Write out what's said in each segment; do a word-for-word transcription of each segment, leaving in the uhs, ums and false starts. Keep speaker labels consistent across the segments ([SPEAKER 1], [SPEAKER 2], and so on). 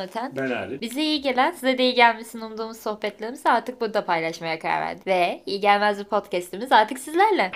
[SPEAKER 1] Öten.
[SPEAKER 2] Ben Arif.
[SPEAKER 1] Bize iyi gelen, size de iyi gelmesini umduğumuz sohbetlerimizi artık burada paylaşmaya karar verdik. Ve iyi gelmez bir podcastimiz artık sizlerle.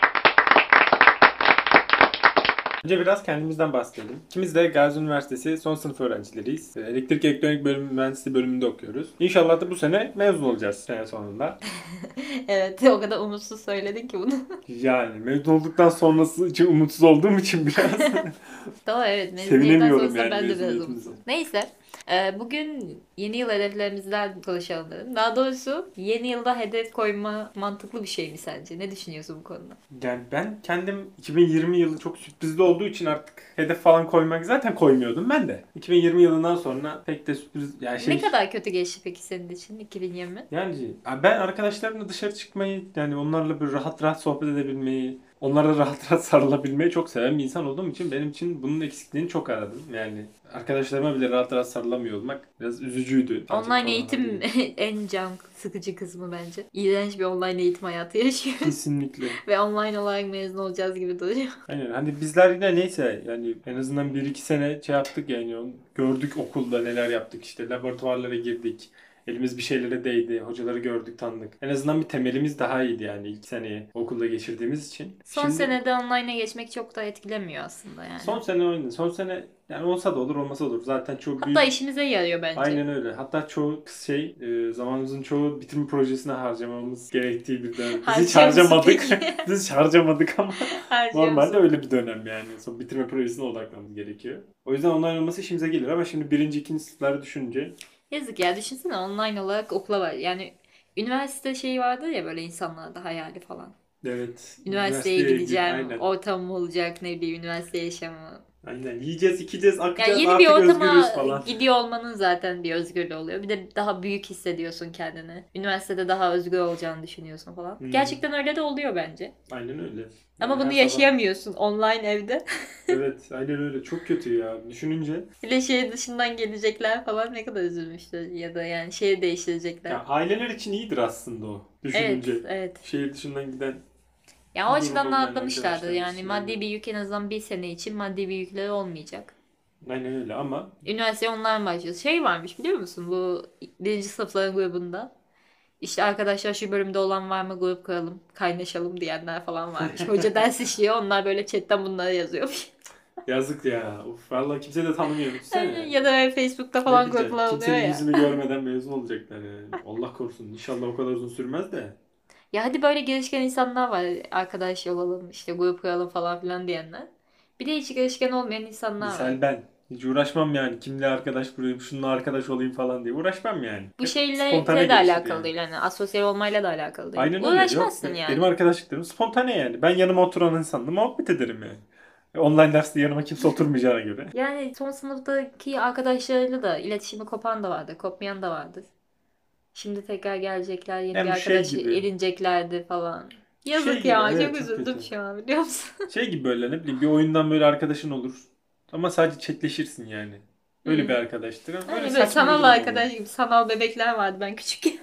[SPEAKER 2] Önce biraz kendimizden bahsedelim. İkimiz de Gazi Üniversitesi son sınıf öğrencileriyiz. Elektrik Elektronik Bölüm Mühendisliği bölümünde okuyoruz. İnşallah da bu sene mezun olacağız sene sonunda.
[SPEAKER 1] Evet, o kadar umutsuz söyledin ki bunu.
[SPEAKER 2] Yani mezun olduktan sonrası için umutsuz olduğum için biraz
[SPEAKER 1] Doğru, evet. Mezuniyetten
[SPEAKER 2] sevinemiyorum
[SPEAKER 1] sonrasında
[SPEAKER 2] yani
[SPEAKER 1] ben de biraz
[SPEAKER 2] mezuniyetimize.
[SPEAKER 1] umutsuzum. Neyse. e, Bugün yeni yıl hedeflerimizden konuşalım dedim. Daha doğrusu yeni yılda hedef koyma mantıklı bir şey mi sence? Ne düşünüyorsun bu konuda?
[SPEAKER 2] Yani ben kendim iki bin yirmi yılı çok sürprizli olduğu için artık hedef falan koymak zaten koymuyordum ben de. iki bin yirmi yılından sonra pek de sürpriz yani şey
[SPEAKER 1] Ne kadar kötü geçti peki senin için iki bin yirmi?
[SPEAKER 2] yani ben arkadaşlarımla dışarı çıkmayı yani onlarla bir rahat rahat sohbet edebilmeyi, onlara rahat rahat sarılabilmeyi çok seven bir insan olduğum için benim için bunun eksikliğini çok aradım. Yani arkadaşlarıma bile rahat rahat sarılamıyor olmak biraz üzücüydü. Sadece
[SPEAKER 1] Online
[SPEAKER 2] korona
[SPEAKER 1] eğitim
[SPEAKER 2] değil.
[SPEAKER 1] en can sıkıcı kısmı bence. İğrenç bir online eğitim hayatı yaşıyoruz.
[SPEAKER 2] Kesinlikle.
[SPEAKER 1] Ve online olarak mezun olacağız gibi duruyor.
[SPEAKER 2] Aynen. Hani bizler yine neyse yani en azından bir iki sene şey yaptık yani gördük okulda neler yaptık işte laboratuvarlara girdik. Elimiz bir şeylere değdi. Hocaları gördük, tanıdık. En azından bir temelimiz daha iyiydi yani ilk seneyi okulda geçirdiğimiz için.
[SPEAKER 1] Son
[SPEAKER 2] Şimdi
[SPEAKER 1] senede online'a geçmek çok da etkilemiyor aslında yani.
[SPEAKER 2] son sene oynadı. Son sene yani olsa da olur olmasa da olur. Zaten çok
[SPEAKER 1] Hatta
[SPEAKER 2] büyük.
[SPEAKER 1] işimize yarıyor bence.
[SPEAKER 2] Aynen öyle. Hatta çoğu şey e, zamanımızın çoğu bitirme projesine harcamamız gerektiği bir dönem. Biz hiç
[SPEAKER 1] Harcıyor musun
[SPEAKER 2] harcamadık.
[SPEAKER 1] peki?
[SPEAKER 2] Biz hiç harcamadık ama
[SPEAKER 1] Harcıyor
[SPEAKER 2] normalde
[SPEAKER 1] musun?
[SPEAKER 2] öyle bir dönem yani. Son bitirme projesine odaklanmamız gerekiyor. O yüzden online olması işimize gelir ama şimdi birinci, ikinci sınıfları düşünce
[SPEAKER 1] Yazık ya, düşünsene online olarak okula var. Yani üniversite şeyi vardır ya, böyle insanlarda hayali falan.
[SPEAKER 2] evet
[SPEAKER 1] Üniversiteye
[SPEAKER 2] üniversiteye gir
[SPEAKER 1] gideceğim,
[SPEAKER 2] aynen.
[SPEAKER 1] ortamım olacak, ne bileyim, üniversite yaşamı.
[SPEAKER 2] Aynen yiyeceğiz, içeceğiz,
[SPEAKER 1] Yani
[SPEAKER 2] akacağız
[SPEAKER 1] yeni bir
[SPEAKER 2] artık
[SPEAKER 1] ortama
[SPEAKER 2] özgürüz falan.
[SPEAKER 1] gidiyor olmanın zaten bir özgürlüğü oluyor. Bir de daha büyük hissediyorsun kendini. Üniversitede daha özgür olacağını düşünüyorsun falan.
[SPEAKER 2] Hmm.
[SPEAKER 1] Gerçekten öyle de oluyor bence.
[SPEAKER 2] Aynen öyle.
[SPEAKER 1] Ama
[SPEAKER 2] Yani
[SPEAKER 1] bunu
[SPEAKER 2] her sabah-
[SPEAKER 1] yaşayamıyorsun online evde.
[SPEAKER 2] Evet aynen öyle. Çok kötü ya. Düşününce.
[SPEAKER 1] Bir de şehir dışından gelecekler falan ne kadar üzülmüştür. Ya da yani şehir değiştirecekler.
[SPEAKER 2] Ya aileler için iyidir aslında o.
[SPEAKER 1] Evet,
[SPEAKER 2] Düşününce.
[SPEAKER 1] evet.
[SPEAKER 2] Şehir dışından giden
[SPEAKER 1] Ya o
[SPEAKER 2] durum
[SPEAKER 1] açıdan
[SPEAKER 2] olmayan
[SPEAKER 1] rahatlamışlardır.
[SPEAKER 2] arkadaşlar
[SPEAKER 1] Yani
[SPEAKER 2] için.
[SPEAKER 1] maddi
[SPEAKER 2] Aynen.
[SPEAKER 1] bir yük en azından bir sene için maddi bir yükleri olmayacak.
[SPEAKER 2] Aynen öyle ama
[SPEAKER 1] Üniversite online başlıyor. Şey varmış, biliyor musun, bu birinci sınıfların grubunda. İşte arkadaşlar şu bölümde olan var mı, grup kuralım, kaynaşalım diyenler falan varmış. Hoca ders işliyor, onlar böyle chatten bunları yazıyormuş.
[SPEAKER 2] yazık ya. Uf, vallahi kimse de tanımıyor. Düşünsene.
[SPEAKER 1] Ya da böyle Facebook'ta
[SPEAKER 2] Ne
[SPEAKER 1] falan
[SPEAKER 2] diyeceksin?
[SPEAKER 1] gruplar oluyor
[SPEAKER 2] Kimsenin
[SPEAKER 1] ya.
[SPEAKER 2] yüzünü görmeden mezun olacaklar yani. Allah korusun. İnşallah o kadar uzun sürmez de.
[SPEAKER 1] Ya hadi böyle girişken insanlar var. Arkadaş olalım, işte grup kuralım falan filan diyenler. Bir de hiç girişken olmayan insanlar var.
[SPEAKER 2] Misal ben. Hiç uğraşmam yani. Kimle arkadaş kurayım, şununla arkadaş olayım falan diye. Uğraşmam yani.
[SPEAKER 1] Bu
[SPEAKER 2] Hep
[SPEAKER 1] şeyle
[SPEAKER 2] spontane
[SPEAKER 1] de
[SPEAKER 2] gelişir
[SPEAKER 1] alakalı
[SPEAKER 2] yani.
[SPEAKER 1] değil. Yani asosyal olmayla da alakalı değil.
[SPEAKER 2] Aynen öyle. Yok.
[SPEAKER 1] Uğraşmazsın
[SPEAKER 2] Benim
[SPEAKER 1] yani.
[SPEAKER 2] arkadaşlıklarım spontane yani. Ben yanıma oturan insanla muhabbet ederim yani. Online derste yanıma kimse oturmayacağına göre.
[SPEAKER 1] Yani son sınıftaki arkadaşlarıyla da iletişimi kopan da vardır, kopmayan da vardır. Şimdi tekrar gelecekler, yeni bir
[SPEAKER 2] Hem şey
[SPEAKER 1] arkadaş
[SPEAKER 2] gibi.
[SPEAKER 1] edineceklerdi falan.
[SPEAKER 2] Şey
[SPEAKER 1] Yazık
[SPEAKER 2] gibi
[SPEAKER 1] ya,
[SPEAKER 2] evet
[SPEAKER 1] çok
[SPEAKER 2] çok
[SPEAKER 1] üzüldüm
[SPEAKER 2] kötü.
[SPEAKER 1] şu an, biliyor musun?
[SPEAKER 2] Şey gibi böyle ne bileyim bir oyundan böyle arkadaşın olur. Ama sadece chatleşirsin yani. Öyle bir
[SPEAKER 1] Hmm.
[SPEAKER 2] arkadaştır. Ama böyle
[SPEAKER 1] Hani böyle
[SPEAKER 2] saçma bir
[SPEAKER 1] sanal
[SPEAKER 2] durum oluyor.
[SPEAKER 1] arkadaş gibi, sanal bebekler vardı ben küçükken.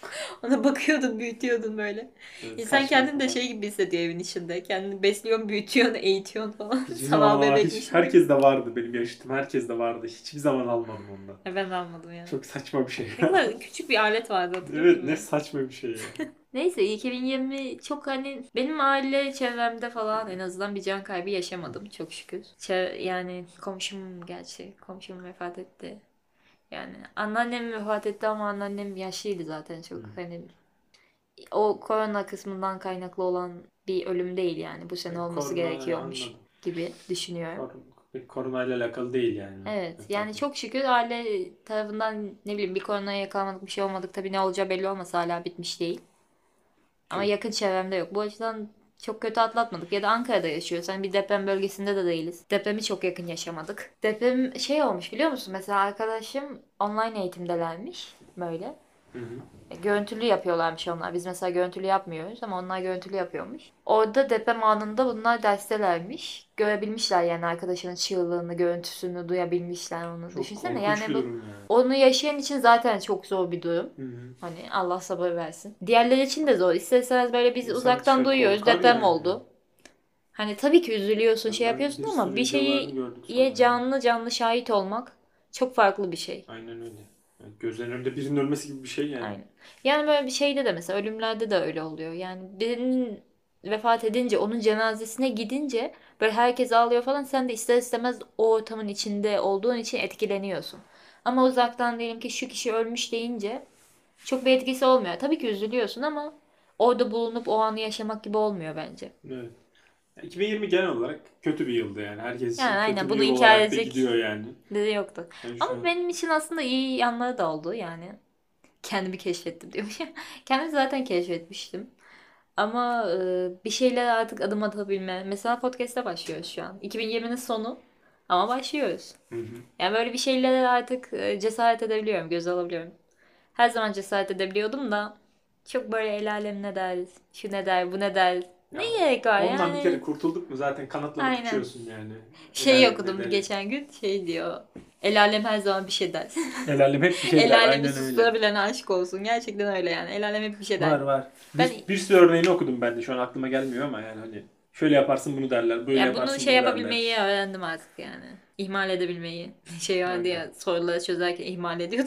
[SPEAKER 1] Ona bakıyordun, büyütüyordun böyle.
[SPEAKER 2] Böyle
[SPEAKER 1] İnsan
[SPEAKER 2] saçma
[SPEAKER 1] kendini de
[SPEAKER 2] sapan.
[SPEAKER 1] şey gibi hissediyor evin içinde. Kendini besliyorsun, büyütüyorsun, eğitiyorsun falan.
[SPEAKER 2] Hiçbir zaman
[SPEAKER 1] Sanal
[SPEAKER 2] ama hiç
[SPEAKER 1] bebekmiş gibi.
[SPEAKER 2] herkes de vardı benim yaşıtım. Herkes de vardı. Hiçbir zaman almadım ondan.
[SPEAKER 1] E, Ben almadım yani.
[SPEAKER 2] Çok saçma bir şey.
[SPEAKER 1] Ne kadar küçük bir alet vardı, hatırlıyor
[SPEAKER 2] Evet
[SPEAKER 1] musun?
[SPEAKER 2] ne saçma bir şey ya.
[SPEAKER 1] Neyse, iki bin yirmi çok, hani benim aile çevremde falan en azından bir can kaybı yaşamadım çok şükür. Çe- yani komşum, gerçi komşum vefat etti. Yani anneannem vefat etti ama anneannem yaşlıydı zaten çok.
[SPEAKER 2] Hı.
[SPEAKER 1] Hani o korona kısmından kaynaklı olan bir ölüm değil yani. Bu sene olması
[SPEAKER 2] Korona
[SPEAKER 1] gerekiyormuş
[SPEAKER 2] anladım.
[SPEAKER 1] gibi düşünüyorum.
[SPEAKER 2] Kor koronayla alakalı değil yani.
[SPEAKER 1] Evet, yani
[SPEAKER 2] Vefatı.
[SPEAKER 1] çok şükür aile tarafından ne bileyim bir koronaya yakalanmadık, bir şey olmadık. Tabii ne olacağı belli olmasa, hala bitmiş değil. Ama
[SPEAKER 2] Evet.
[SPEAKER 1] yakın çevremde yok. Bu açıdan çok kötü atlatmadık. Ya da Ankara'da yaşıyoruz. Hani bir deprem bölgesinde de değiliz. Depremi çok yakın yaşamadık. Deprem şey olmuş, biliyor musun? Mesela arkadaşım online eğitimdelermiş böyle.
[SPEAKER 2] Hı hı.
[SPEAKER 1] E, Görüntülü yapıyorlarmış onlar. Biz mesela görüntülü yapmıyoruz ama onlar görüntülü yapıyormuş. Orada deprem anında bunlar derstelermiş. Görebilmişler yani arkadaşının çığlığını, görüntüsünü duyabilmişler onu.
[SPEAKER 2] Çok
[SPEAKER 1] Düşünsene
[SPEAKER 2] korkunç
[SPEAKER 1] yani
[SPEAKER 2] bir
[SPEAKER 1] bu,
[SPEAKER 2] durum ya.
[SPEAKER 1] onu yaşayan için zaten çok zor bir durum.
[SPEAKER 2] Hı hı.
[SPEAKER 1] Hani Allah sabır versin. Diğerleri için de zor. İsterseniz böyle biz
[SPEAKER 2] İnsan
[SPEAKER 1] uzaktan
[SPEAKER 2] dışarı
[SPEAKER 1] duyuyoruz.
[SPEAKER 2] korkar
[SPEAKER 1] Deprem
[SPEAKER 2] yani.
[SPEAKER 1] oldu. Hani tabii ki üzülüyorsun,
[SPEAKER 2] Yani
[SPEAKER 1] şey
[SPEAKER 2] ben
[SPEAKER 1] yapıyorsun
[SPEAKER 2] bir
[SPEAKER 1] ama
[SPEAKER 2] sürü
[SPEAKER 1] bir
[SPEAKER 2] videolarını
[SPEAKER 1] şeyi
[SPEAKER 2] gördük sonra
[SPEAKER 1] ye
[SPEAKER 2] yani.
[SPEAKER 1] canlı canlı şahit olmak Çok farklı bir şey.
[SPEAKER 2] Aynen öyle. Yani gözlerin önünde birinin ölmesi gibi bir şey yani.
[SPEAKER 1] Aynen. Yani böyle bir şeyde de mesela ölümlerde de öyle oluyor. Yani birinin vefat edince onun cenazesine gidince böyle herkes ağlıyor falan sen de ister istemez o ortamın içinde olduğun için etkileniyorsun. Ama uzaktan diyelim ki şu kişi ölmüş deyince çok bir etkisi olmuyor. Tabii ki üzülüyorsun ama orada bulunup o anı yaşamak gibi olmuyor bence.
[SPEAKER 2] Evet. iki bin yirmi genel olarak kötü bir yıldı yani. Herkes
[SPEAKER 1] Yani
[SPEAKER 2] için kötü
[SPEAKER 1] aynen
[SPEAKER 2] bir
[SPEAKER 1] bunu
[SPEAKER 2] yıl
[SPEAKER 1] inkar
[SPEAKER 2] olarak da
[SPEAKER 1] edecek
[SPEAKER 2] gidiyor yani.
[SPEAKER 1] de yoktu.
[SPEAKER 2] Yani şu
[SPEAKER 1] Ama
[SPEAKER 2] an
[SPEAKER 1] benim için aslında iyi yanları da oldu yani. Kendimi keşfettim diyormuş. Kendimi zaten keşfetmiştim. Ama e, bir şeyler artık adım atabilme. Mesela podcast'e başlıyoruz şu an. iki bin yirminin sonu ama başlıyoruz.
[SPEAKER 2] hı hı.
[SPEAKER 1] Yani böyle bir şeylere artık e, cesaret edebiliyorum, göze alabiliyorum. Her zaman cesaret edebiliyordum da çok böyle el alem ne der, şu ne der, bu ne der. Ne
[SPEAKER 2] Ya
[SPEAKER 1] gerek var
[SPEAKER 2] ondan bir kere
[SPEAKER 1] yani?
[SPEAKER 2] kurtulduk mu zaten kanatlanıp
[SPEAKER 1] Aynen.
[SPEAKER 2] uçuyorsun yani. El
[SPEAKER 1] Şey
[SPEAKER 2] alem ne
[SPEAKER 1] okudum
[SPEAKER 2] der.
[SPEAKER 1] geçen gün şey diyor. El alem her zaman bir şey der.
[SPEAKER 2] El alem hep bir şey
[SPEAKER 1] El
[SPEAKER 2] der.
[SPEAKER 1] alemi
[SPEAKER 2] Aynen öyle.
[SPEAKER 1] susturabilene aşık olsun. Gerçekten öyle yani. El alem hep bir şey der.
[SPEAKER 2] Var var.
[SPEAKER 1] Ben
[SPEAKER 2] Bir, bir sürü örneğini okudum ben de. Şu an aklıma gelmiyor ama yani hani şöyle yaparsın bunu derler. Böyle
[SPEAKER 1] yani bunu
[SPEAKER 2] yaparsın
[SPEAKER 1] şey
[SPEAKER 2] bunu derler.
[SPEAKER 1] yapabilmeyi öğrendim artık yani. İhmal edebilmeyi. Şey vardı
[SPEAKER 2] Aynen.
[SPEAKER 1] ya soruları çözerken ihmal ediyordu.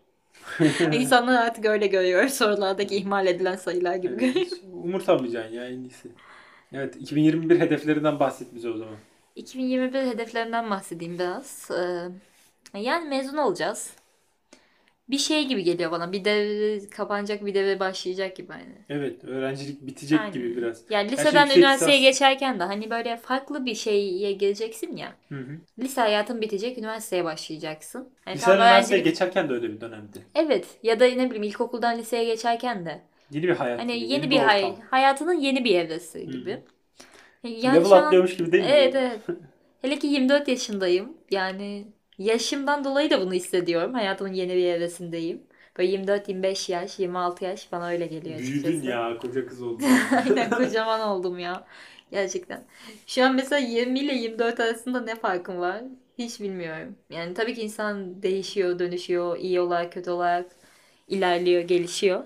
[SPEAKER 1] İnsanlar artık öyle görüyor. Sorulardaki ihmal edilen sayılar gibi
[SPEAKER 2] Yani
[SPEAKER 1] görüyor.
[SPEAKER 2] hiç umursamayacaksın ya en iyisi. Evet, iki bin yirmi bir hedeflerinden bahset bize o zaman.
[SPEAKER 1] iki bin yirmi bir hedeflerimden bahsedeyim biraz. Ee, yani mezun olacağız. Bir şey gibi geliyor bana. Bir devre kapanacak, bir devre başlayacak gibi hani.
[SPEAKER 2] Evet, öğrencilik bitecek gibi
[SPEAKER 1] Aynen.
[SPEAKER 2] biraz.
[SPEAKER 1] Yani
[SPEAKER 2] Her şey
[SPEAKER 1] liseden
[SPEAKER 2] yüksek
[SPEAKER 1] üniversiteye
[SPEAKER 2] lisans.
[SPEAKER 1] geçerken de hani böyle farklı bir şeye gireceksin ya.
[SPEAKER 2] Hı hı.
[SPEAKER 1] Lise hayatın bitecek, üniversiteye başlayacaksın. Hani tam
[SPEAKER 2] Liseden üniversiteye
[SPEAKER 1] öğrencilik.
[SPEAKER 2] geçerken de öyle bir dönemdi.
[SPEAKER 1] Evet ya da ne bileyim ilkokuldan liseye geçerken de.
[SPEAKER 2] Yeni bir hayat gibi,
[SPEAKER 1] Hani
[SPEAKER 2] yeni
[SPEAKER 1] yeni
[SPEAKER 2] bir
[SPEAKER 1] bir hay
[SPEAKER 2] ortam.
[SPEAKER 1] hayatının yeni bir evresi
[SPEAKER 2] Hı hı.
[SPEAKER 1] gibi. Yani
[SPEAKER 2] Level
[SPEAKER 1] şu an
[SPEAKER 2] atlıyormuş gibi değil mi
[SPEAKER 1] evet
[SPEAKER 2] böyle?
[SPEAKER 1] evet. Hele ki yirmi dört yaşındayım. Yani yaşımdan dolayı da bunu hissediyorum. Hayatımın yeni bir evresindeyim. Böyle yirmi dört yirmi beş yaş, yirmi altı yaş bana öyle geliyor
[SPEAKER 2] Büyüdün
[SPEAKER 1] açıkçası.
[SPEAKER 2] ya, koca kız oldun.
[SPEAKER 1] Aynen kocaman oldum ya. Gerçekten. Şu an mesela yirmi ile yirmi dört arasında ne farkım var? Hiç bilmiyorum. Yani tabii ki insan değişiyor, dönüşüyor, iyi olarak, kötü olarak ilerliyor, gelişiyor.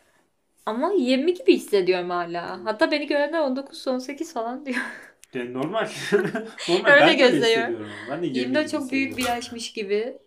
[SPEAKER 1] Ama yirmi gibi hissediyorum hala. Hatta beni görenler on dokuz on sekiz falan diyor.
[SPEAKER 2] Yani normal. Normal,
[SPEAKER 1] Öyle
[SPEAKER 2] ben de öyle
[SPEAKER 1] gözlüyor.
[SPEAKER 2] hissediyorum ama. Ben de yirmi
[SPEAKER 1] yirmi dört
[SPEAKER 2] gibi
[SPEAKER 1] çok büyük bir
[SPEAKER 2] hissediyorum.
[SPEAKER 1] yaşmış gibi.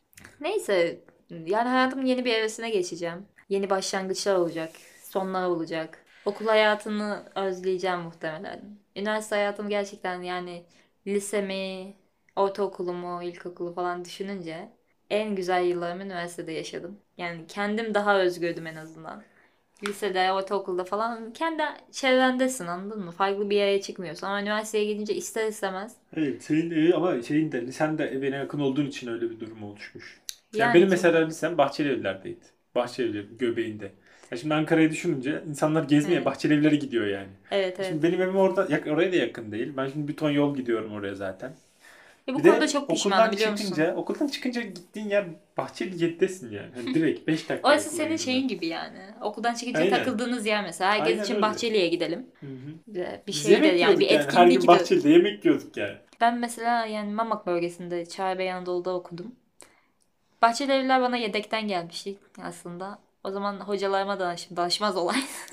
[SPEAKER 1] Neyse. Yani hayatımın yeni bir evresine geçeceğim. Yeni başlangıçlar olacak. Sonlar olacak. Okul hayatını özleyeceğim muhtemelen. Üniversite hayatım gerçekten yani lisemi, ortaokulumu, ilkokulu falan düşününce en güzel yıllarımı üniversitede yaşadım. Yani kendim daha özgürdüm en azından. Lisede, ortaokulda falan kendi çevrendesin anladın mı? Farklı bir yere çıkmıyorsun. Ama üniversiteye gidince ister istemez.
[SPEAKER 2] Evet, senin e, ama şeyin de sen de evine yakın olduğun için öyle bir durum oluşmuş. Yani
[SPEAKER 1] Yani
[SPEAKER 2] benim
[SPEAKER 1] kim?
[SPEAKER 2] mesela lisem Bahçelievler'deydi. Bahçelievler göbeğinde. Ya şimdi Ankara'yı düşününce insanlar gezmeye
[SPEAKER 1] Evet.
[SPEAKER 2] Bahçelievler'e gidiyor yani.
[SPEAKER 1] Evet
[SPEAKER 2] Şimdi
[SPEAKER 1] evet.
[SPEAKER 2] benim evim orada yak- oraya da yakın değil. Ben şimdi bir ton yol gidiyorum oraya zaten.
[SPEAKER 1] Ve bu
[SPEAKER 2] Bir
[SPEAKER 1] konuda
[SPEAKER 2] de
[SPEAKER 1] çok pişmanım
[SPEAKER 2] okuldan
[SPEAKER 1] biliyor musun?
[SPEAKER 2] çıkınca okuldan çıkınca gittiğin yer Bahçelievler'desin yani. Hani direkt beş dakika
[SPEAKER 1] Orası
[SPEAKER 2] okula
[SPEAKER 1] senin
[SPEAKER 2] girmen.
[SPEAKER 1] şeyin gibi yani. Okuldan çıkınca
[SPEAKER 2] Aynen.
[SPEAKER 1] takıldığınız yer mesela. Herkes
[SPEAKER 2] Aynen
[SPEAKER 1] için
[SPEAKER 2] öyle.
[SPEAKER 1] Bahçeli'ye gidelim.
[SPEAKER 2] Hı hı.
[SPEAKER 1] Bir
[SPEAKER 2] Biz
[SPEAKER 1] şey de
[SPEAKER 2] yemek
[SPEAKER 1] yani bir
[SPEAKER 2] yiyorduk yani. Her
[SPEAKER 1] etkinlik
[SPEAKER 2] gün
[SPEAKER 1] de.
[SPEAKER 2] Bahçeli'de yemek yiyorduk yani.
[SPEAKER 1] Ben mesela yani Mamak bölgesinde Çağbey Anadolu'da okudum. Bahçelievler bana yedekten gelmişti aslında. O zaman hocalarıma danıştım. Danışmaz olay.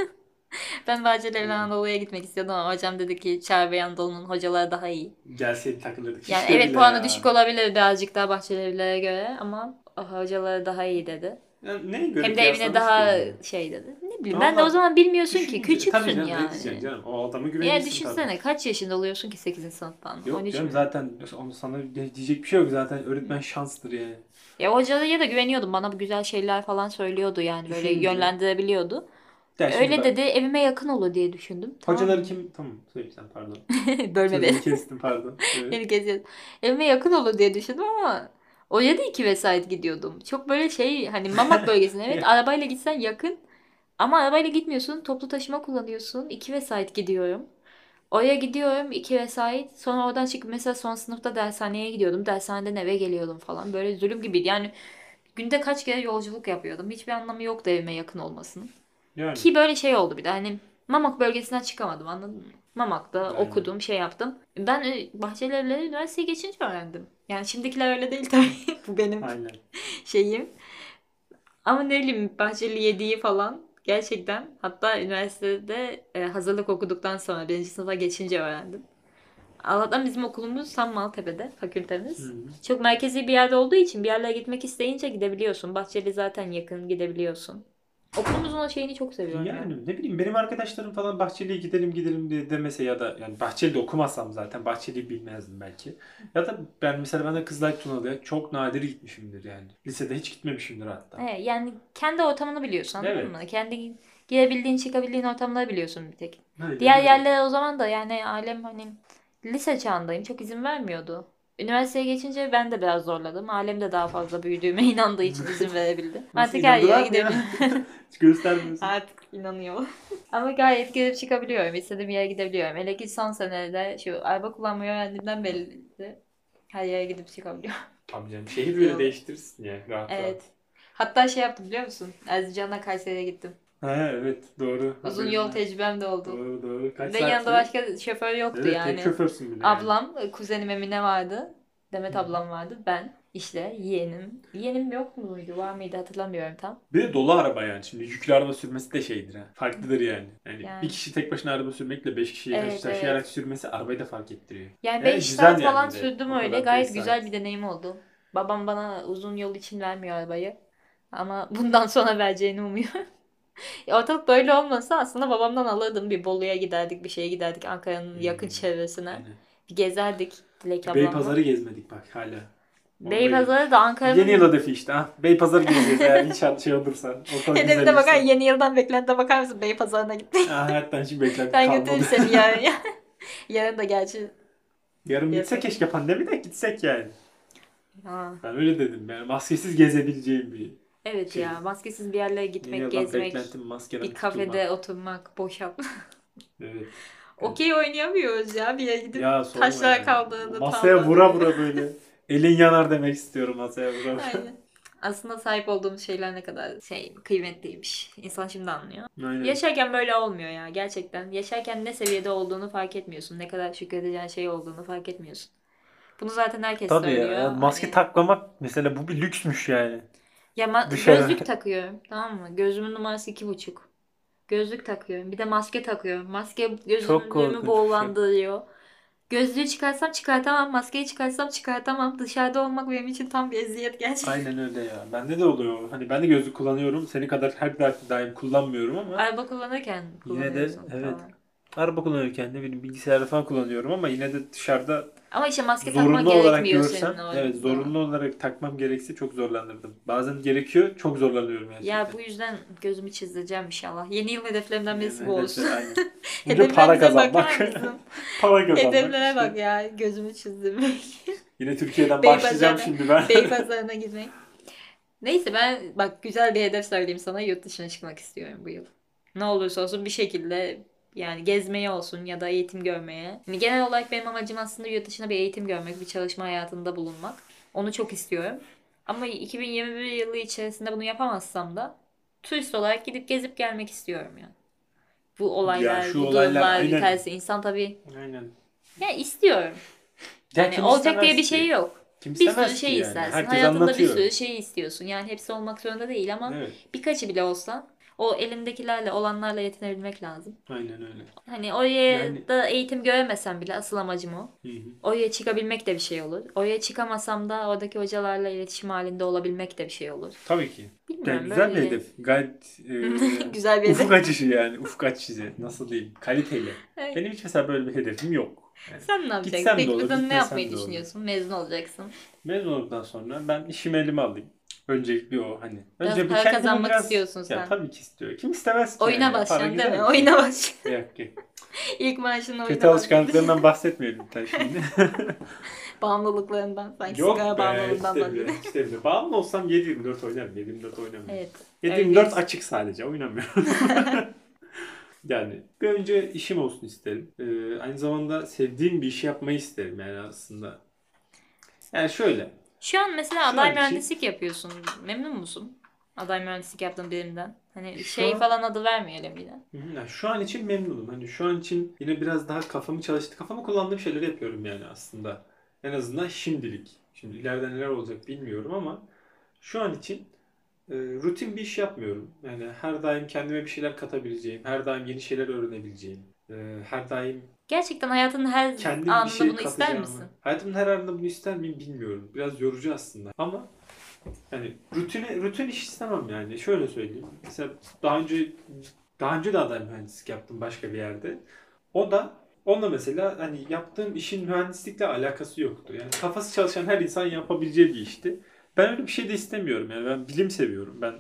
[SPEAKER 1] Ben Bahçelievler
[SPEAKER 2] Aynen.
[SPEAKER 1] Anadolu'ya gitmek istiyordum ama hocam dedi ki Çağbey Anadolu'nun hocaları daha iyi.
[SPEAKER 2] Gelseydik takılırdık
[SPEAKER 1] Yani
[SPEAKER 2] işte
[SPEAKER 1] evet
[SPEAKER 2] bile
[SPEAKER 1] puanı düşük
[SPEAKER 2] ya.
[SPEAKER 1] olabilir birazcık daha Bahçelievlere göre ama hocaları daha iyi dedi.
[SPEAKER 2] Ya neye göre
[SPEAKER 1] Hem de evine
[SPEAKER 2] kıyaslamış ki
[SPEAKER 1] daha
[SPEAKER 2] yani?
[SPEAKER 1] şey dedi. Ne bileyim ben de o
[SPEAKER 2] Valla
[SPEAKER 1] zaman bilmiyorsun ki
[SPEAKER 2] düşününce tabii
[SPEAKER 1] küçüksün
[SPEAKER 2] canım ne diyeceksin
[SPEAKER 1] yani.
[SPEAKER 2] canım? O adamı
[SPEAKER 1] Ya
[SPEAKER 2] güvenirsin tabii.
[SPEAKER 1] düşünsene kaç yaşında oluyorsun ki sekizinci sınıftan? on
[SPEAKER 2] Yok
[SPEAKER 1] üç
[SPEAKER 2] canım
[SPEAKER 1] mü?
[SPEAKER 2] zaten onu sana diyecek bir şey yok zaten öğretmen şanstır yani.
[SPEAKER 1] Ya hocaya da güveniyordum. Bana bu güzel şeyler falan söylüyordu yani böyle
[SPEAKER 2] Düşününce.
[SPEAKER 1] yönlendirebiliyordu.
[SPEAKER 2] Ya şimdi
[SPEAKER 1] Öyle
[SPEAKER 2] bak
[SPEAKER 1] dedi evime yakın olur diye düşündüm. Tamam
[SPEAKER 2] hocaları
[SPEAKER 1] mı?
[SPEAKER 2] kim tamam söyle sen pardon.
[SPEAKER 1] Bölme beni.
[SPEAKER 2] Sözünü kestim pardon. Evet.
[SPEAKER 1] Beni kesiyorsun. Evime yakın olur diye düşündüm ama oraya da iki vesait gidiyordum. Çok böyle şey hani Mamak bölgesine evet
[SPEAKER 2] Ya,
[SPEAKER 1] arabayla gitsen yakın ama arabayla gitmiyorsun. Toplu taşıma kullanıyorsun. iki vesait gidiyorum. Oraya gidiyorum iki vesait. Sonra oradan çıkıp mesela son sınıfta dershaneye gidiyordum. Dershaneden eve geliyordum falan. Böyle zulüm gibiydi. Yani günde kaç kere yolculuk yapıyordum. Hiçbir anlamı yoktu evime yakın olmasının.
[SPEAKER 2] yani
[SPEAKER 1] Ki böyle şey oldu bir de hani Mamak bölgesinden çıkamadım anladın mı? Mamak'ta
[SPEAKER 2] aynen.
[SPEAKER 1] okudum şey yaptım. Ben e, Bahçelievler'e üniversiteye geçince öğrendim. Yani şimdikiler öyle değil tabii. Bu benim
[SPEAKER 2] Aynen.
[SPEAKER 1] şeyim. Ama ne bileyim Bahçeli yediği falan gerçekten hatta üniversitede e, hazırlık okuduktan sonra birinci sınıfa geçince öğrendim. Allah'tan bizim okulumuz tam Maltepe'de, fakültemiz.
[SPEAKER 2] Hı.
[SPEAKER 1] Çok merkezi bir yerde olduğu için bir yerlere gitmek isteyince gidebiliyorsun. Bahçeli zaten yakın, gidebiliyorsun. Okulumuzun o şeyini çok seviyorum ya.
[SPEAKER 2] Yani ne bileyim benim arkadaşlarım falan Bahçeli'ye gidelim gidelim diye demese ya da yani Bahçeli'de okumasam zaten Bahçeli'yi bilmezdim belki. Ya da ben mesela ben de Kızılay Tunalı'ya çok nadir gitmişimdir yani. Lisede hiç gitmemişimdir hatta.
[SPEAKER 1] Evet, yani kendi ortamını biliyorsun, anladın
[SPEAKER 2] Evet.
[SPEAKER 1] mı? Kendi girebildiğin, çıkabildiğin ortamları biliyorsun bir tek.
[SPEAKER 2] Aynen
[SPEAKER 1] Diğer
[SPEAKER 2] öyle.
[SPEAKER 1] yerlere o zaman da yani ailem hani lise çağındayım. Çok izin vermiyordu. Üniversiteye geçince ben de biraz zorladım. Ailem de daha fazla büyüdüğüme inandığı için izin verebildi.
[SPEAKER 2] Nasıl
[SPEAKER 1] Artık her yere
[SPEAKER 2] inandılar mı ya?
[SPEAKER 1] gidebiliyorum.
[SPEAKER 2] Hiç göstermiyorsun.
[SPEAKER 1] Artık inanıyor. Ama gayet girip çıkabiliyorum. İstediğim yere gidebiliyorum. Hele ki son senelerde şu araba kullanmayı öğrendiğimden belli her yere gidip çıkabiliyorum.
[SPEAKER 2] Tabii canım şehir
[SPEAKER 1] İyi
[SPEAKER 2] böyle
[SPEAKER 1] oldu.
[SPEAKER 2] değiştirirsin ya rahat
[SPEAKER 1] Evet.
[SPEAKER 2] rahat.
[SPEAKER 1] Hatta şey yaptım biliyor musun? Erzincan'la Kayseri'ye gittim.
[SPEAKER 2] Ha evet doğru.
[SPEAKER 1] Uzun
[SPEAKER 2] Haberim
[SPEAKER 1] yol
[SPEAKER 2] var.
[SPEAKER 1] tecrübem de oldu.
[SPEAKER 2] Doğru doğru. Kaç
[SPEAKER 1] Ve yanında
[SPEAKER 2] saatti?
[SPEAKER 1] başka şoför yoktu
[SPEAKER 2] Evet tek
[SPEAKER 1] yani.
[SPEAKER 2] şoförsün bile yani.
[SPEAKER 1] Ablam, kuzenim Emine vardı. Demet
[SPEAKER 2] Hı.
[SPEAKER 1] ablam vardı. Ben, işte yeğenim. Yeğenim yok muydu? Var mıydı hatırlamıyorum tam.
[SPEAKER 2] Bir de dolu araba yani. Şimdi yüklü araba sürmesi de şeydir ha. Farklıdır yani. Yani bir
[SPEAKER 1] Yani
[SPEAKER 2] kişi tek başına araba sürmekle beş kişiyi taşı-
[SPEAKER 1] evet
[SPEAKER 2] taşıyarak
[SPEAKER 1] evet.
[SPEAKER 2] sürmesi arabayı da fark ettiriyor.
[SPEAKER 1] Yani
[SPEAKER 2] Ve
[SPEAKER 1] beş
[SPEAKER 2] güzel
[SPEAKER 1] saat
[SPEAKER 2] yani
[SPEAKER 1] falan
[SPEAKER 2] bir de.
[SPEAKER 1] sürdüm
[SPEAKER 2] O
[SPEAKER 1] öyle.
[SPEAKER 2] kadar beş
[SPEAKER 1] Gayet güzel
[SPEAKER 2] saat.
[SPEAKER 1] bir deneyim oldu. Babam bana uzun yol için vermiyor arabayı. Ama bundan sonra vereceğini umuyorum. Ya ortalık böyle olmasa aslında babamdan alırdım. Bir Bolu'ya giderdik, bir şeye giderdik. Ankara'nın yakın
[SPEAKER 2] Hmm,
[SPEAKER 1] çevresine.
[SPEAKER 2] aynen.
[SPEAKER 1] Bir gezerdik Dilek
[SPEAKER 2] Bir
[SPEAKER 1] ablamla.
[SPEAKER 2] Beypazarı gezmedik bak hala. Onu da
[SPEAKER 1] Beypazarı da
[SPEAKER 2] yeni yıl
[SPEAKER 1] Ankara'nın
[SPEAKER 2] hedefi işte ha. Beypazarı gezeceğiz eğer inşallah şey olursa. Ortalık
[SPEAKER 1] hedefine bakar.
[SPEAKER 2] düzelirse.
[SPEAKER 1] Yeni yıldan beklentiye bakar mısın? Beypazarı'na gitmek.
[SPEAKER 2] Ha, hayattan hiç beklenti
[SPEAKER 1] Ben götürürüm
[SPEAKER 2] kalmadı.
[SPEAKER 1] seni yarın ya. Yarın da gerçi
[SPEAKER 2] Yarın bitse
[SPEAKER 1] yasak.
[SPEAKER 2] keşke pandemi de gitsek yani.
[SPEAKER 1] Ha.
[SPEAKER 2] Ben öyle dedim yani maskesiz gezebileceğim bir
[SPEAKER 1] Evet
[SPEAKER 2] şey.
[SPEAKER 1] ya, maskesiz bir yerlere
[SPEAKER 2] Yeni
[SPEAKER 1] gitmek,
[SPEAKER 2] yıldan
[SPEAKER 1] gezmek,
[SPEAKER 2] beklentim maskeden
[SPEAKER 1] bir
[SPEAKER 2] kurtulmak.
[SPEAKER 1] kafede oturmak, boş yap.
[SPEAKER 2] Evet. Evet.
[SPEAKER 1] Okey oynayamıyoruz ya. Bir yere gidip
[SPEAKER 2] Ya sorma
[SPEAKER 1] taşlar
[SPEAKER 2] yani.
[SPEAKER 1] kaldırdı,
[SPEAKER 2] Masaya
[SPEAKER 1] tavla.
[SPEAKER 2] vura vura böyle. Elin yanar demek istiyorum masaya vura vura.
[SPEAKER 1] Aynen. Aslında sahip olduğumuz şeyler ne kadar şey kıymetliymiş. İnsan şimdi anlıyor.
[SPEAKER 2] Aynen.
[SPEAKER 1] Yaşarken böyle olmuyor ya gerçekten. Yaşarken ne seviyede olduğunu fark etmiyorsun. Ne kadar şükredeceğin şey olduğunu fark etmiyorsun. Bunu zaten herkes
[SPEAKER 2] Tabii ya.
[SPEAKER 1] söylüyor.
[SPEAKER 2] Yani maske
[SPEAKER 1] Hani
[SPEAKER 2] taklamak mesela bu bir lüksmüş yani.
[SPEAKER 1] ya ma-
[SPEAKER 2] Dışarı.
[SPEAKER 1] gözlük takıyorum, tamam mı? Gözümün numarası iki buçuk. Gözlük takıyorum. Bir de maske takıyorum. Maske
[SPEAKER 2] Çok
[SPEAKER 1] gözümü
[SPEAKER 2] korkunç bir şey.
[SPEAKER 1] buğulandırıyor. Gözlüğü çıkarsam çıkartamam. Maskeyi çıkarsam çıkartamam. Dışarıda olmak benim için tam bir eziyet gerçekten.
[SPEAKER 2] Aynen öyle ya. Bende de oluyor. Hani ben de gözlük kullanıyorum. Seni kadar her daim kullanmıyorum ama
[SPEAKER 1] Araba kullanırken
[SPEAKER 2] yine de
[SPEAKER 1] kullanıyorsun
[SPEAKER 2] evet.
[SPEAKER 1] falan.
[SPEAKER 2] Araba kullanırken ne bileyim bilgisayarda falan kullanıyorum ama yine de dışarıda
[SPEAKER 1] Ama işte maske takman
[SPEAKER 2] zorunlu olarak
[SPEAKER 1] gerekmiyor
[SPEAKER 2] görsem,
[SPEAKER 1] senin
[SPEAKER 2] evet
[SPEAKER 1] orada.
[SPEAKER 2] zorunlu olarak takmam gerekse çok zorlanırdım. Bazen gerekiyor, çok zorlanıyorum
[SPEAKER 1] Ya
[SPEAKER 2] gerçekten.
[SPEAKER 1] bu yüzden gözümü çizdireceğim inşallah. Yeni yıl hedeflerimden
[SPEAKER 2] Yani
[SPEAKER 1] birisi bu olsun.
[SPEAKER 2] hedefler aynı. Önce para
[SPEAKER 1] Hedeflerimize bakar
[SPEAKER 2] kazanmak.
[SPEAKER 1] mısın?
[SPEAKER 2] Para kazanmak
[SPEAKER 1] Hedeflere
[SPEAKER 2] işte.
[SPEAKER 1] bak ya. Gözümü çizdirmek.
[SPEAKER 2] Yine Türkiye'den başlayacağım
[SPEAKER 1] Beypazarı'na,
[SPEAKER 2] şimdi ben.
[SPEAKER 1] Beypazarı'na gitmek. Neyse ben bak güzel bir hedef söyleyeyim sana. Yurt dışına çıkmak istiyorum bu yıl. Ne olursa olsun bir şekilde yani gezmeye olsun ya da eğitim görmeye. Yani genel olarak benim amacım aslında yurt dışında bir eğitim görmek, bir çalışma hayatında bulunmak. Onu çok istiyorum. Ama iki bin yirmi bir yılı içerisinde bunu yapamazsam da turist olarak gidip gezip gelmek istiyorum yani. Bu
[SPEAKER 2] Ya
[SPEAKER 1] olaylar,
[SPEAKER 2] şu
[SPEAKER 1] bu
[SPEAKER 2] olaylar
[SPEAKER 1] durumlar
[SPEAKER 2] aynen.
[SPEAKER 1] biterse insan tabii
[SPEAKER 2] Aynen.
[SPEAKER 1] ya istiyorum.
[SPEAKER 2] Ya
[SPEAKER 1] Hani
[SPEAKER 2] kim
[SPEAKER 1] olacak diye
[SPEAKER 2] istemez
[SPEAKER 1] bir şey
[SPEAKER 2] ki?
[SPEAKER 1] yok.
[SPEAKER 2] Kim
[SPEAKER 1] Bir sürü
[SPEAKER 2] istemez ki
[SPEAKER 1] şey
[SPEAKER 2] yani?
[SPEAKER 1] istersin.
[SPEAKER 2] Herkes
[SPEAKER 1] Hayatında bir
[SPEAKER 2] anlatıyor.
[SPEAKER 1] sürü şey istiyorsun. Yani hepsi olmak zorunda değil ama
[SPEAKER 2] Evet.
[SPEAKER 1] birkaçı bile olsa o elindekilerle, olanlarla yetinebilmek lazım.
[SPEAKER 2] Aynen öyle.
[SPEAKER 1] Hani oraya
[SPEAKER 2] Yani
[SPEAKER 1] da eğitim göremesem bile asıl amacım o.
[SPEAKER 2] hı hı.
[SPEAKER 1] Oraya çıkabilmek de bir şey olur. Oraya çıkamasam da oradaki hocalarla iletişim halinde olabilmek de bir şey olur.
[SPEAKER 2] Tabii ki. Yani
[SPEAKER 1] Bilmiyorum
[SPEAKER 2] güzel bir
[SPEAKER 1] böyle.
[SPEAKER 2] hedef. Gayet e,
[SPEAKER 1] Güzel bir
[SPEAKER 2] ufuk
[SPEAKER 1] hedef.
[SPEAKER 2] açıcı yani. Ufuk açıcı. Nasıl diyeyim? Kaliteli.
[SPEAKER 1] Evet.
[SPEAKER 2] Benim hiç mesela böyle bir hedefim yok. Yani
[SPEAKER 1] Sen ne yapacaksın?
[SPEAKER 2] gitsem de
[SPEAKER 1] Peki
[SPEAKER 2] olur,
[SPEAKER 1] buradan ne yapmayı
[SPEAKER 2] gitmesem de olur.
[SPEAKER 1] düşünüyorsun? Mezun olacaksın.
[SPEAKER 2] Mezun olduktan sonra ben işimi elime alayım. Öncelikle o hani.
[SPEAKER 1] Biraz
[SPEAKER 2] Önce bir
[SPEAKER 1] para
[SPEAKER 2] kendimi
[SPEAKER 1] kazanmak
[SPEAKER 2] biraz
[SPEAKER 1] istiyorsun
[SPEAKER 2] ya
[SPEAKER 1] sen.
[SPEAKER 2] tabii ki istiyor. Kim istemez ki
[SPEAKER 1] Oyuna
[SPEAKER 2] yani ya. Para
[SPEAKER 1] başlayacaksın değil
[SPEAKER 2] güzel
[SPEAKER 1] mi?
[SPEAKER 2] bir şey.
[SPEAKER 1] Oyuna baş.
[SPEAKER 2] Yok yok.
[SPEAKER 1] İlk maaşınla
[SPEAKER 2] Kötü
[SPEAKER 1] oyuna başlayacaksın.
[SPEAKER 2] alışkanlıklarından bahsetmeyelim lütfen şimdi.
[SPEAKER 1] Bağımlılıklarından. Sanki sigara
[SPEAKER 2] Yok be hiç
[SPEAKER 1] bağımlılığından
[SPEAKER 2] de bile.
[SPEAKER 1] bahsediyor.
[SPEAKER 2] Hiç de bile. Bağımlı olsam yedi yirmi dört oynarım. yedi yirmi dört oynamıyorum.
[SPEAKER 1] Evet.
[SPEAKER 2] yedi
[SPEAKER 1] Öyle
[SPEAKER 2] yirmi dört
[SPEAKER 1] bir...
[SPEAKER 2] açık sadece oynamıyorum. Yani bir önce işim olsun isterim. Ee, aynı zamanda sevdiğim bir işi yapmayı isterim yani aslında. Yani şöyle.
[SPEAKER 1] Şu an mesela
[SPEAKER 2] Şu
[SPEAKER 1] aday
[SPEAKER 2] an için
[SPEAKER 1] mühendislik yapıyorsun. Memnun musun? Aday mühendislik yaptığın birinden. Hani
[SPEAKER 2] şu
[SPEAKER 1] şey
[SPEAKER 2] an
[SPEAKER 1] falan adı vermeyelim yine.
[SPEAKER 2] Hı hı, yani şu an için memnunum. Hani şu an için yine biraz daha kafamı çalıştı. Kafamı kullandığım şeyleri yapıyorum yani aslında. En azından şimdilik. Şimdi ileride neler olacak bilmiyorum ama şu an için e, rutin bir iş yapmıyorum. Yani her daim kendime bir şeyler katabileceğim, her daim yeni şeyler öğrenebileceğim, e, her daim
[SPEAKER 1] Gerçekten hayatının her
[SPEAKER 2] kendim bir
[SPEAKER 1] anında
[SPEAKER 2] şey
[SPEAKER 1] bunu ister
[SPEAKER 2] katacağımı.
[SPEAKER 1] misin?
[SPEAKER 2] Hayatımın her anında bunu ister miyim bilmiyorum. Biraz yorucu aslında. Ama yani rutine, rutin iş istemem yani. Şöyle söyleyeyim. Mesela daha önce daha önce de aday mühendislik yaptım başka bir yerde. O da onunla mesela hani yaptığım işin mühendislikle alakası yoktu. Yani kafası çalışan her insan yapabileceği bir işti. Ben öyle bir şey de istemiyorum. Yani ben bilim seviyorum. Ben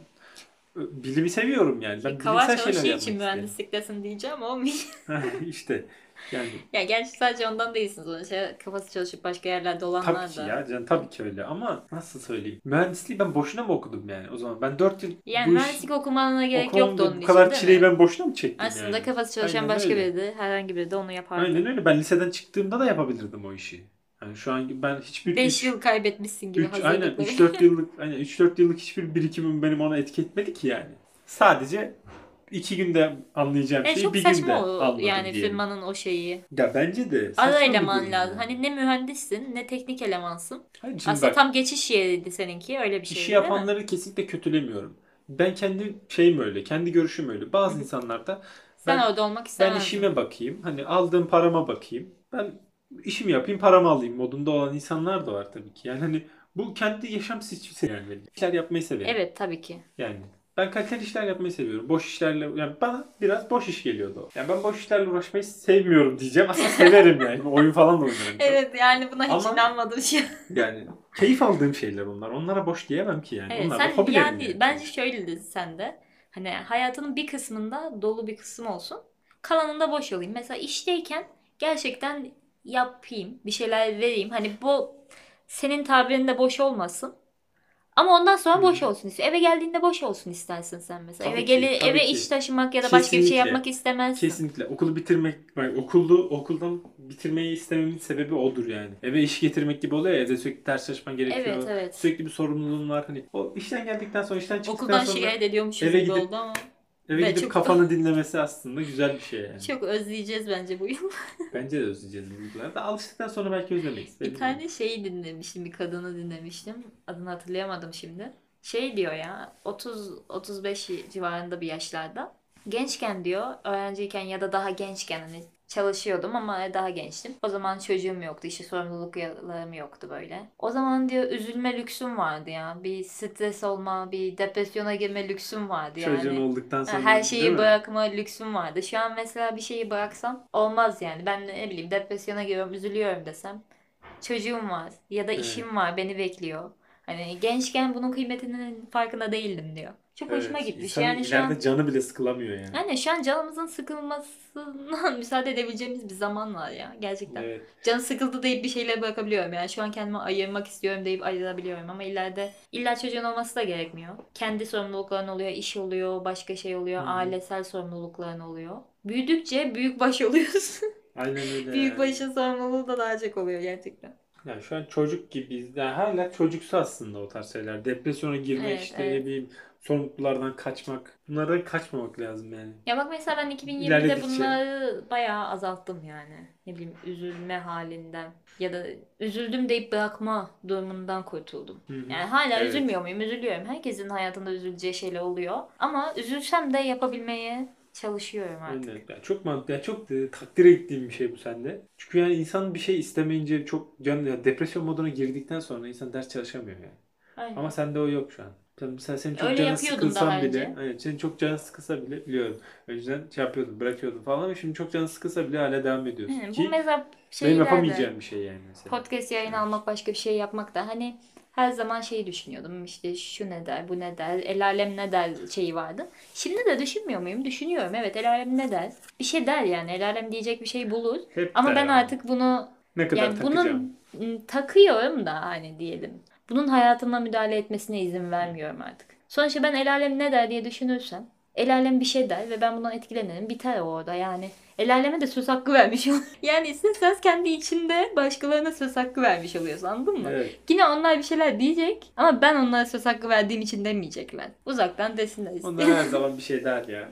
[SPEAKER 2] ö, bilimi seviyorum yani.
[SPEAKER 1] Ki
[SPEAKER 2] Ben
[SPEAKER 1] kafa
[SPEAKER 2] bilimsel şeyler
[SPEAKER 1] çalıştığı için
[SPEAKER 2] yapmak isterim.
[SPEAKER 1] mühendisliktesin diyeceğim ama olmayacak.
[SPEAKER 2] İşte yani
[SPEAKER 1] Ya gerçi sadece ondan değilsin sonuçta. Kafası çalışıp başka yerlerde
[SPEAKER 2] tabii
[SPEAKER 1] olanlar
[SPEAKER 2] ki
[SPEAKER 1] da.
[SPEAKER 2] ya. Yani tabii ki öyle ama nasıl söyleyeyim? Mühendisliği ben boşuna mı okudum yani? O zaman ben dört yıl
[SPEAKER 1] Yani
[SPEAKER 2] bu iş
[SPEAKER 1] mühendislik okumana gerek
[SPEAKER 2] okumam
[SPEAKER 1] yoktu
[SPEAKER 2] ve
[SPEAKER 1] onun
[SPEAKER 2] bu
[SPEAKER 1] için
[SPEAKER 2] kadar
[SPEAKER 1] değil
[SPEAKER 2] çileyi
[SPEAKER 1] mi?
[SPEAKER 2] ben boşuna mı çektim
[SPEAKER 1] Aslında
[SPEAKER 2] yani?
[SPEAKER 1] kafası çalışan
[SPEAKER 2] Aynen
[SPEAKER 1] başka
[SPEAKER 2] öyle.
[SPEAKER 1] biri de herhangi biri de onu
[SPEAKER 2] Aynen
[SPEAKER 1] yapardı.
[SPEAKER 2] öyle. Ben liseden çıktığımda da yapabilirdim o işi. Yani şu an ben hiçbir
[SPEAKER 1] Beş
[SPEAKER 2] üç
[SPEAKER 1] yıl kaybetmişsin gibi
[SPEAKER 2] üç aynen
[SPEAKER 1] hazırlıkları.
[SPEAKER 2] üç dört yıllık aynen üç dört yıllık hiçbir birikimim benim ona etki etmedi ki yani. Sadece iki günde anlayacağım
[SPEAKER 1] E
[SPEAKER 2] şeyi
[SPEAKER 1] çok
[SPEAKER 2] bir
[SPEAKER 1] saçma
[SPEAKER 2] günde
[SPEAKER 1] o
[SPEAKER 2] anladım
[SPEAKER 1] yani
[SPEAKER 2] diyelim.
[SPEAKER 1] firmanın o şeyi.
[SPEAKER 2] Ya bence de
[SPEAKER 1] Ara
[SPEAKER 2] saçma bir
[SPEAKER 1] eleman
[SPEAKER 2] durum
[SPEAKER 1] lazım.
[SPEAKER 2] yani.
[SPEAKER 1] Hani ne mühendissin ne teknik elemansın.
[SPEAKER 2] Hayır şimdi
[SPEAKER 1] Aslında
[SPEAKER 2] bak
[SPEAKER 1] tam geçiş yeriydi seninki. Öyle bir
[SPEAKER 2] işi
[SPEAKER 1] şeydi değil mi?
[SPEAKER 2] yapanları kesinlikle kötülemiyorum. Ben kendi şeyim öyle, kendi görüşüm öyle.
[SPEAKER 1] Hı
[SPEAKER 2] Bazı
[SPEAKER 1] hı.
[SPEAKER 2] insanlar da
[SPEAKER 1] Sen
[SPEAKER 2] ben
[SPEAKER 1] orada olmak
[SPEAKER 2] ben
[SPEAKER 1] istemezdin.
[SPEAKER 2] işime bakayım, hani aldığım parama bakayım. Ben işimi yapayım, paramı alayım modunda olan insanlar da var tabii ki. Yani hani bu kendi yaşam seçimi yani benim. İşler yapmayı severim.
[SPEAKER 1] Evet tabii ki.
[SPEAKER 2] Yani ben kaliteli işler yapmayı seviyorum. Boş işlerle yani bana biraz boş iş geliyordu o. Yani ben boş işlerle uğraşmayı sevmiyorum diyeceğim. Aslında severim yani. Oyun falan da oynarım çok.
[SPEAKER 1] Evet yani buna hiç
[SPEAKER 2] Ama
[SPEAKER 1] inanmadım şu an.
[SPEAKER 2] yani keyif aldığım şeyler onlar. Onlara boş diyemem ki yani.
[SPEAKER 1] Evet
[SPEAKER 2] Onlar da
[SPEAKER 1] sen
[SPEAKER 2] hobilerim
[SPEAKER 1] yani
[SPEAKER 2] yani
[SPEAKER 1] bence
[SPEAKER 2] sonuçta.
[SPEAKER 1] şöyle sen de. Hani hayatının bir kısmında dolu bir kısım olsun. Kalanında boş olayım. Mesela işteyken gerçekten yapayım. Bir şeyler vereyim. Hani bu senin tabirinde boş olmasın. Ama ondan
[SPEAKER 2] Hı
[SPEAKER 1] sonra
[SPEAKER 2] hı.
[SPEAKER 1] boş olsun istiyor. Eve geldiğinde boş olsun istersin sen mesela. Eve
[SPEAKER 2] Tabii
[SPEAKER 1] geli
[SPEAKER 2] ki, tabii
[SPEAKER 1] eve iş
[SPEAKER 2] ki.
[SPEAKER 1] taşımak ya da başka bir şey yapmak
[SPEAKER 2] Kesinlikle.
[SPEAKER 1] istemezsin.
[SPEAKER 2] Kesinlikle. Okulu bitirmek, yani okulu okuldan bitirmeyi istememin sebebi odur yani. Eve iş getirmek gibi oluyor ya, evde sürekli ders çalışman
[SPEAKER 1] Evet
[SPEAKER 2] gerekiyor.
[SPEAKER 1] evet.
[SPEAKER 2] Sürekli bir sorumluluğun var. Hani o işten geldikten sonra, işten çıktıktan
[SPEAKER 1] Okuldan
[SPEAKER 2] sonra
[SPEAKER 1] şikayet ediyormuşuz
[SPEAKER 2] eve
[SPEAKER 1] gibi
[SPEAKER 2] gidip
[SPEAKER 1] oldu ama.
[SPEAKER 2] eve
[SPEAKER 1] Ve
[SPEAKER 2] gidip
[SPEAKER 1] çok
[SPEAKER 2] kafanı dinlemesi aslında güzel bir şey yani.
[SPEAKER 1] çok özleyeceğiz bence bu yıl.
[SPEAKER 2] Bence de özleyeceğiz bu duyguları da. Alıştıktan sonra belki özlemeyiz.
[SPEAKER 1] Bir
[SPEAKER 2] Belli değil.
[SPEAKER 1] tane şeyi dinlemiştim, bir kadını dinlemiştim. Adını hatırlayamadım şimdi. Şey diyor ya, otuz otuz beş civarında bir yaşlarda. Gençken diyor, öğrenciyken ya da daha gençken hani çalışıyordum ama daha gençtim. O zaman çocuğum yoktu, işte sorumluluklarım yoktu böyle. O zaman diyor üzülme lüksüm vardı ya. Bir stres olma, bir depresyona girme lüksüm vardı
[SPEAKER 2] Çocuğun
[SPEAKER 1] yani.
[SPEAKER 2] olduktan
[SPEAKER 1] Ha, her
[SPEAKER 2] sonra değil
[SPEAKER 1] şeyi
[SPEAKER 2] mi?
[SPEAKER 1] bırakma lüksüm vardı. Şu an mesela bir şeyi bıraksam olmaz yani. Ben ne bileyim depresyona giriyorum, üzülüyorum desem. Çocuğum var ya da
[SPEAKER 2] Evet.
[SPEAKER 1] işim var beni bekliyor. Hani gençken bunun kıymetinin farkında değildim diyor. Çok hoşuma
[SPEAKER 2] Evet.
[SPEAKER 1] gitmiş.
[SPEAKER 2] İnsanın
[SPEAKER 1] Yani şu
[SPEAKER 2] ileride
[SPEAKER 1] an
[SPEAKER 2] canı bile sıkılamıyor yani.
[SPEAKER 1] yani şu an canımızın sıkılmasına müsaade edebileceğimiz bir zaman var ya gerçekten.
[SPEAKER 2] Evet.
[SPEAKER 1] Canı sıkıldı deyip bir şeyler bırakabiliyorum. Yani şu an kendimi ayırmak istiyorum deyip ayırabiliyorum ama ileride illa çocuğun olması da gerekmiyor. Kendi sorumlulukların oluyor, iş oluyor, başka şey oluyor,
[SPEAKER 2] Hı hı.
[SPEAKER 1] ailesel sorumlulukların oluyor. Büyüdükçe büyük baş oluyorsun.
[SPEAKER 2] Aynen öyle
[SPEAKER 1] Büyük
[SPEAKER 2] yani.
[SPEAKER 1] başın sorumluluğu da daha çok oluyor gerçekten.
[SPEAKER 2] Yani şu an çocuk gibiyiz. Yani hala çocuksu aslında o tarz şeyler. Depresyona girmek,
[SPEAKER 1] Evet,
[SPEAKER 2] işte ne
[SPEAKER 1] evet.
[SPEAKER 2] bileyim sorumluluklardan kaçmak. Bunlara kaçmamak lazım yani.
[SPEAKER 1] Ya bak mesela ben iki bin yirmide
[SPEAKER 2] İlerledikçe.
[SPEAKER 1] bunları bayağı azalttım yani. Ne bileyim üzülme halinden ya da üzüldüm deyip bırakma durumundan kurtuldum.
[SPEAKER 2] Hı hı.
[SPEAKER 1] Yani hala
[SPEAKER 2] Evet.
[SPEAKER 1] üzülmüyor muyum? Üzülüyorum. Herkesin hayatında üzüleceği şeyler oluyor. Ama üzülsem de yapabilmeye çalışıyorum
[SPEAKER 2] Aynen.
[SPEAKER 1] artık.
[SPEAKER 2] Yani çok mantıklı. Yani çok e, takdir ettiğim bir şey bu sende. Çünkü yani insan bir şey istemeyince çok can, ya depresyon moduna girdikten sonra insan ders çalışamıyor yani. Ama
[SPEAKER 1] Aynen.
[SPEAKER 2] sende o yok şu an. Sen, mesela senin çok
[SPEAKER 1] Öyle
[SPEAKER 2] canın
[SPEAKER 1] yapıyordum daha
[SPEAKER 2] sıkılsan bile,
[SPEAKER 1] önce.
[SPEAKER 2] hani senin çok canın sıkılsa bile biliyorum. Önceden şey yapıyordun, bırakıyordun falan ama şimdi çok canın sıkılsa bile hala devam ediyorsun.
[SPEAKER 1] Aynen. Bu
[SPEAKER 2] Ki
[SPEAKER 1] mesela
[SPEAKER 2] benim
[SPEAKER 1] şeyler de
[SPEAKER 2] yapamayacağım bir şey yani mesela.
[SPEAKER 1] podcast yayını
[SPEAKER 2] Yani.
[SPEAKER 1] almak başka bir şey yapmak da hani her zaman şeyi düşünüyordum işte şu ne der bu ne der el alem ne der şeyi vardı. Şimdi de düşünmüyor muyum? Düşünüyorum evet el alem ne der? Bir şey der yani el alem diyecek bir şey bulur.
[SPEAKER 2] Hep
[SPEAKER 1] Ama
[SPEAKER 2] der
[SPEAKER 1] ben
[SPEAKER 2] ama.
[SPEAKER 1] artık bunu
[SPEAKER 2] Ne kadar
[SPEAKER 1] yani
[SPEAKER 2] takacağım.
[SPEAKER 1] bunun ım, takıyorum da hani diyelim. Bunun hayatıma müdahale etmesine izin vermiyorum artık. Sonuçta ben el alem ne der diye düşünürsem el alem bir şey der ve ben bundan etkilenirim. Biter o orada yani. El aleme de söz hakkı vermiş oluyor. Yani istersen kendi içinde başkalarına söz hakkı vermiş oluyorsun anladın mı?
[SPEAKER 2] Evet.
[SPEAKER 1] Yine onlar bir şeyler diyecek ama ben onlara söz hakkı verdiğim için demeyecekler. Uzaktan desinler
[SPEAKER 2] Onlar her
[SPEAKER 1] istedim.
[SPEAKER 2] zaman bir şey der ya.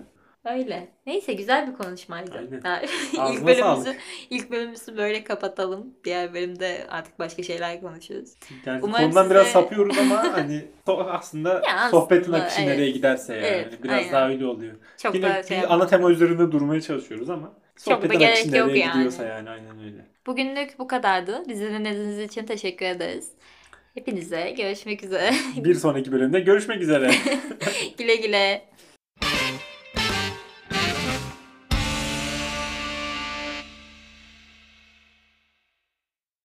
[SPEAKER 1] Öyle. Neyse güzel bir konuşmaydı.
[SPEAKER 2] Aynen.
[SPEAKER 1] Ha, ilk
[SPEAKER 2] Ağzına
[SPEAKER 1] bölümümüzü
[SPEAKER 2] sağlık.
[SPEAKER 1] ilk bölümümüzü böyle kapatalım. Diğer bölümde artık başka şeyler konuşuruz.
[SPEAKER 2] Yani
[SPEAKER 1] Umarım
[SPEAKER 2] konudan biraz
[SPEAKER 1] size
[SPEAKER 2] sapıyoruz ama hani so- aslında
[SPEAKER 1] ya
[SPEAKER 2] sohbetin
[SPEAKER 1] aslında
[SPEAKER 2] akışı
[SPEAKER 1] evet.
[SPEAKER 2] nereye giderse yani.
[SPEAKER 1] Evet,
[SPEAKER 2] Hani biraz daha
[SPEAKER 1] aynen.
[SPEAKER 2] öyle oluyor.
[SPEAKER 1] Çok
[SPEAKER 2] Yine
[SPEAKER 1] da şey
[SPEAKER 2] bir ana
[SPEAKER 1] yapmadım.
[SPEAKER 2] tema üzerinde durmaya çalışıyoruz ama
[SPEAKER 1] Çok da
[SPEAKER 2] sohbetin akışı
[SPEAKER 1] gerek yok
[SPEAKER 2] nereye gidiyorsa
[SPEAKER 1] yani.
[SPEAKER 2] yani aynen öyle.
[SPEAKER 1] Bugünlük bu kadardı. Bizi dinlediğiniz için teşekkür ederiz. Hepinize görüşmek üzere.
[SPEAKER 2] Bir sonraki bölümde görüşmek üzere.
[SPEAKER 1] Güle güle.